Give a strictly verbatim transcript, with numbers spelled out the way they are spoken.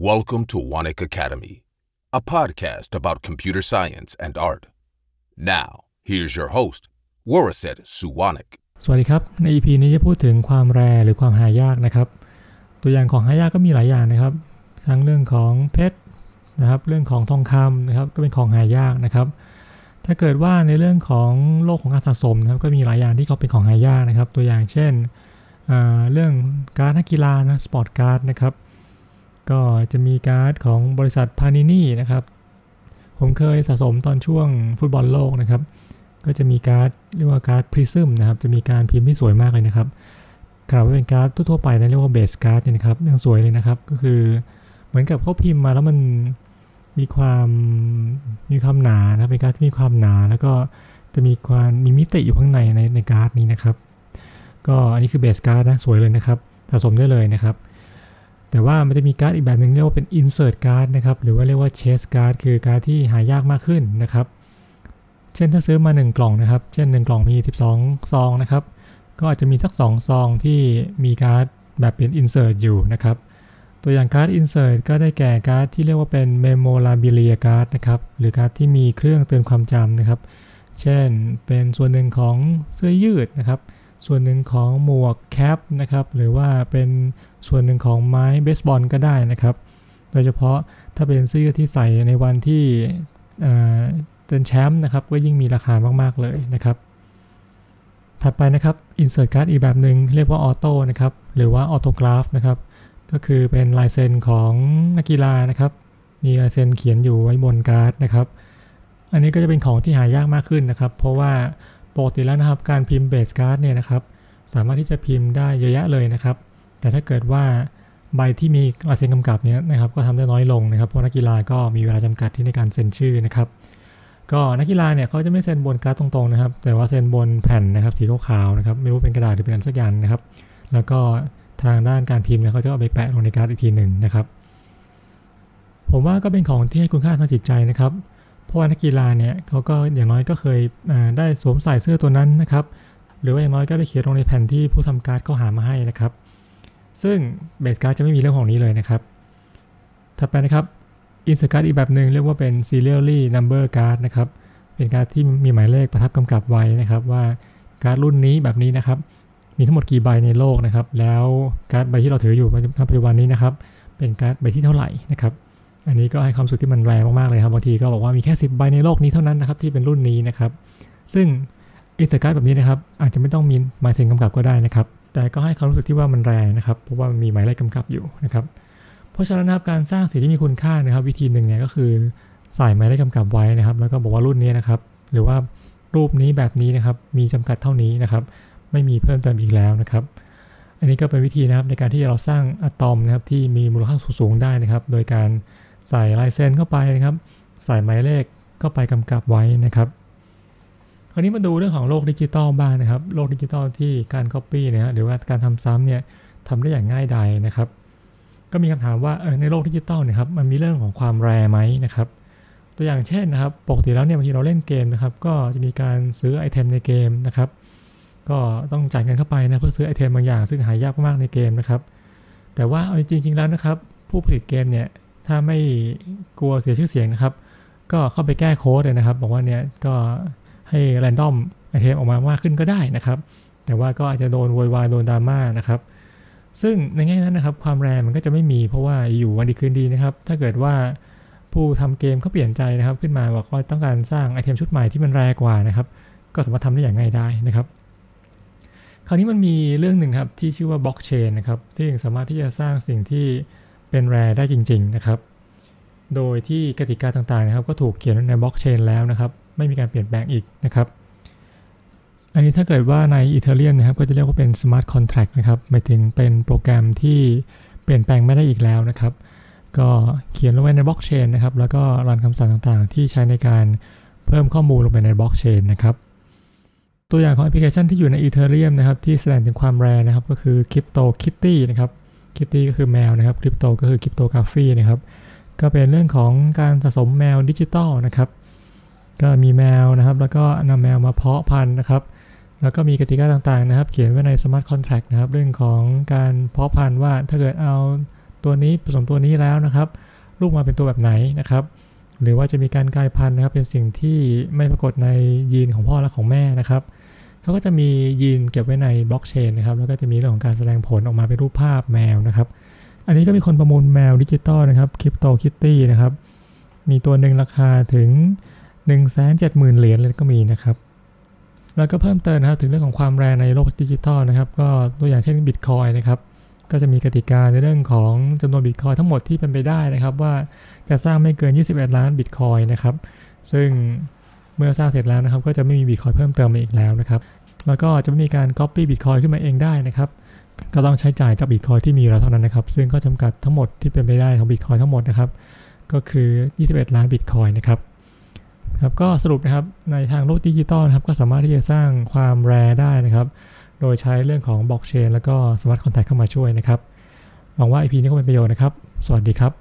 Welcome to Wanik Academy, a podcast about computer science and art. Now, here's your host, Waraset Suwanik. สวัสดีครับใน อี พี นี้จะพูดถึงความแรร์หรือความหายากนะครับตัวอย่างของหายากก็มีหลายอย่างนะครับทั้งเรื่องของเพชรนะครับเรื่องของทองคำนะครับก็เป็นของหายากนะครับถ้าเกิดว่าในเรื่องของโลกของการสะสมนะครับก็มีหลายอย่างที่เขาเป็นของหายากนะครับตัวอย่างเช่นเรื่องการ์ดนักกีฬานะสปอร์ตการ์ดนะครับก็จะมีการ์ดของบริษัทพานินี่นะครับผมเคยสะสมตอนช่วงฟุตบอลโลกนะครับก็จะมีการ์ดเรียกว่าการ์ดพริซึมนะครับจะมีการพิมพ์ที่สวยมากเลยนะครับขนาดว่าเป็นการ์ดทั่วๆไปนะเรียกว่าเบสการ์ดเนี่ยนะครับยังสวยเลยนะครับก็คือเหมือนกับเขาพิมพ์มาแล้วมันมีความมีความหนานะเป็นการ์ดที่มีความหนาแล้วก็จะมีความมีมิติอยู่ข้างในในในการ์ดนี้นะครับก็อันนี้คือเบสการ์ดนะสวยเลยนะครับสะสมได้เลยนะครับแต่ว่ามันจะมีการ์ดอีกแบบนึงเรียกว่าเป็น insert card นะครับหรือว่าเรียกว่า chase card คือการ์ดที่หายากมากขึ้นนะครับเช่นถ้าซื้อมาหนึ่งกล่องนะครับเช่นหนึ่งกล่องมีสิบสองซองนะครับก็อาจจะมีสักสองซองที่มีการ์ดแบบเป็น insert อยู่นะครับตัวอย่างการ์ด insert ก็ได้แก่การ์ดที่เรียกว่าเป็น memorabilia card นะครับหรือการ์ดที่มีเครื่องเตือนความจำนะครับเช่นเป็นส่วนหนึ่งของเสื้อยืดนะครับส่วนหนึ่งของหมวกแคปนะครับหรือว่าเป็นส่วนหนึ่งของไม้เบสบอลก็ได้นะครับโดยเฉพาะถ้าเป็นเสื้อที่ใส่ในวันที่เป็นแชมป์นะครับก็ยิ่งมีราคามากๆเลยนะครับถัดไปนะครับ insert card อีกแบบหนึ่งเรียกว่าออโต้นะครับหรือว่าออโตกราฟนะครับก็คือเป็นลายเซ็นของนักกีฬานะครับมีลายเซ็นเขียนอยู่ไว้บนการ์ดนะครับอันนี้ก็จะเป็นของที่หายากมากขึ้นนะครับเพราะว่าปกติแล้วนะครับการพิมพ์เบสการ์ดเนี่ยนะครับสามารถที่จะพิมพ์ได้เยอะแยะเลยนะครับแต่ถ้าเกิดว่าใบที่มีลายเซ็นกำกับเนี่ยนะครับก็ทำได้น้อยลงนะครับเพราะนักกีฬาก็มีเวลาจำกัดที่ในการเซ็นชื่อนะครับก็นักกีฬาเนี่ยเขาจะไม่เซ็นบนการ์ดตรงๆนะครับแต่ว่าเซ็นบนแผ่นนะครับสีขาวๆนะครับไม่รู้เป็นกระดาษหรือเป็นอะไรสักอย่างนะครับแล้วก็ทางด้านการพิมพ์เนี่ยเขาจะเอาไปแปะลงในการ์ดอีกทีหนึ่งนะครับผมว่าก็เป็นของที่ให้คุณค่าทางจิตใจนะครับเพราะว่านักกีฬาเนี่ยเขาก็อย่างน้อยก็เคยได้สวมใส่เสื้อตัวนั้นนะครับหรือว่าอย่างน้อยก็ได้เขียนลงในแผ่นที่ผู้ทำการ์ดเขาหามาให้นะครับซึ่งเบสการ์ดจะไม่มีเรื่องของนี้เลยนะครับถัดไปนะครับ insert card อีกแบบหนึ่งเรียกว่าเป็น serially number card นะครับเป็นการ์ดที่มีหมายเลขประทับกำกับไว้นะครับว่าการ์ดรุ่นนี้แบบนี้นะครับมีทั้งหมดกี่ใบในโลกนะครับแล้วการ์ดใบที่เราถืออยู่ในปัจจุบันนี้นะครับเป็นการ์ดใบที่เท่าไหร่นะครับอันนี้ก็ให้ความรู้สึกที่มันแรงมากๆเลยครับบางทีก็บอกว่ามีแค่สิบใบในโลกนี้เท่านั้นนะครับที่เป็นรุ่นนี้นะครับซึ่ง insert card แบบนี้นะครับอาจจะไม่ต้องมีหมายเซ็นกำกับก็ได้นะครับแต่ก็ให้ความรู้สึกที่ว่ามันแรงนะครับเพราะว่ามีหมายเลขกำกับอยู่นะครับเพราะฉะนั้นนะครับการสร้างสิ่งที่มีคุณค่านะครับวิธีหนึ่งเนี่ยก็คือใส่หมายเลขกำกับไว้นะครับแล้วก็บอกว่ารุ่นนี้นะครับหรือว่ารูปนี้แบบนี้นะครับมีจำกัดเท่านี้นะครับไม่มีเพิ่มเติมอีกแล้วนะครับอันนี้ก็เป็นวิธีนะครับในการที่เราสร้างอะตอมนะครับที่มีมูลค่าสูงได้นะครับโดยการใส่ลายเซ็นเข้าไปนะครับใส่หมายเลขเข้าไปกำกับไว้นะครับคราวนี้มาดูเรื่องของโลกดิจิตอลบ้างนะครับโลกดิจิตอลที่การ copy นะฮะหรือว่าการทำซ้ำเนี่ยทำได้อย่างง่ายดายนะครับก็มีคำถามว่าเออในโลกดิจิตอลเนี่ยครับมันมีเรื่องของความแรร์ไหมนะครับตัวอย่างเช่นนะครับปกติแล้วเนี่ยบางทีเราเล่นเกมนะครับก็จะมีการซื้อไอเทมในเกมนะครับก็ต้องจ่ายเงินเข้าไปนะเพื่อซื้อไอเทมบางอย่างซึ่งหายากมากในเกมนะครับแต่ว่าเอาจริงๆแล้วนะครับผู้ผลิตเกมเนี่ยถ้าไม่กลัวเสียชื่อเสียงนะครับก็เข้าไปแก้โค้ดเลยนะครับบอกว่าเนี่ยก็ให้แรนดอมไอเทมออกมามากขึ้นก็ได้นะครับแต่ว่าก็อาจจะโดนโวยวายโดนดราม่านะครับซึ่งในแง่นั้นนะครับความแรงมันก็จะไม่มีเพราะว่าอยู่วันดีคืนดีนะครับถ้าเกิดว่าผู้ทำเกมเขาเปลี่ยนใจนะครับขึ้นมาบอกว่าต้องการสร้างไอเทมชุดใหม่ที่มันแรงกว่านะครับก็สามารถทำได้อย่างง่ายได้นะครับคราวนี้มันมีเรื่องหนึ่งครับที่ชื่อว่าบล็อกเชนนะครับที่สามารถที่จะสร้างสิ่งที่เป็นแรร์ได้จริงๆนะครับโดยที่กติกาต่างๆนะครับก็ถูกเขียนในบล็อกเชนแล้วนะครับไม่มีการเปลี่ยนแปลงอีกนะครับอันนี้ถ้าเกิดว่าใน Ethereum นะครับก็จะเรียกว่าเป็น Smart Contract นะครับหมายถึงเป็นโปรแกรมที่เปลี่ยนแปลงไม่ได้อีกแล้วนะครับก็เขียนลงไว้ในบล็อกเชนนะครับแล้วก็รันคำสั่งต่างๆที่ใช้ในการเพิ่มข้อมูลลงไปในบล็อกเชนนะครับตัวอย่างของแอปพลิเคชันที่อยู่ใน Ethereum นะครับที่แสดงถึงความแรร์นะครับก็คือ CryptoKitty นะครับ Kitty ก็คือแมวนะครับ Crypto ก็คือ Cryptography นะครับก็เป็นเรื่องของการสะสมแมวดิจิตอลนะครับก็มีแมวนะครับแล้วก็นำแมวมาเพาะพันธุ์นะครับแล้วก็มีกติกาต่างๆนะครับเขียนไว้ใน Smart Contract นะครับเรื่องของการเพาะพันธุ์ว่าถ้าเกิดเอาตัวนี้ผสมตัวนี้แล้วนะครับลูกมาเป็นตัวแบบไหนนะครับหรือว่าจะมีการกลายพันธุ์นะครับเป็นสิ่งที่ไม่ปรากฏในยีนของพ่อและของแม่นะครับเขาก็จะมียีนเก็บไว้ในบล็อกเชนนะครับแล้วก็จะมีเรื่องของการแสดงผลออกมาเป็นรูปภาพแมวนะครับอันนี้ก็มีคนประมูลแมวดิจิตอลนะครับคริปโตคิตตี้นะครับมีตัวหนึ่งราคาถึง หนึ่งแสนเจ็ดหมื่น เหรียญเลยก็มีนะครับแล้วก็เพิ่มเติมนะครับถึงเรื่องของความแรงในโลกดิจิตอลนะครับก็ตัวอย่างเช่น Bitcoin นะครับก็จะมีกติกาในเรื่องของจำนวน Bitcoin ทั้งหมดที่เป็นไปได้นะครับว่าจะสร้างไม่เกินยี่สิบเอ็ดล้าน Bitcoin นะครับซึ่งเมื่อสร้างเสร็จแล้วนะครับก็จะไม่มี Bitcoin เพิ่มเติมมาอีกแล้วนะครับแล้วก็จะไม่มีการ Copy Bitcoin ขึ้นมาเองได้นะครับก็ต้องใช้จ่ายจาก Bitcoin ที่มีอยู่แล้วเท่านั้นนะครับซึ่งก็จำกัดทั้งหมดที่เป็นไปได้ของ Bitcoin ทั้งหมดนะครับก็คือยี่สิบเอ็ดล้าน Bitcoin นะครับครับก็สรุปนะครับในทางโลกดิจิตอลนะครับก็สามารถที่จะสร้างความแรร์ได้นะครับโดยใช้เรื่องของบล็อกเชนแล้วก็สมาร์ทคอนแทคเข้ามาช่วยนะครับหวังว่า อี พี นี้ก็เป็นประโยชน์นะครับสวัสดีครับ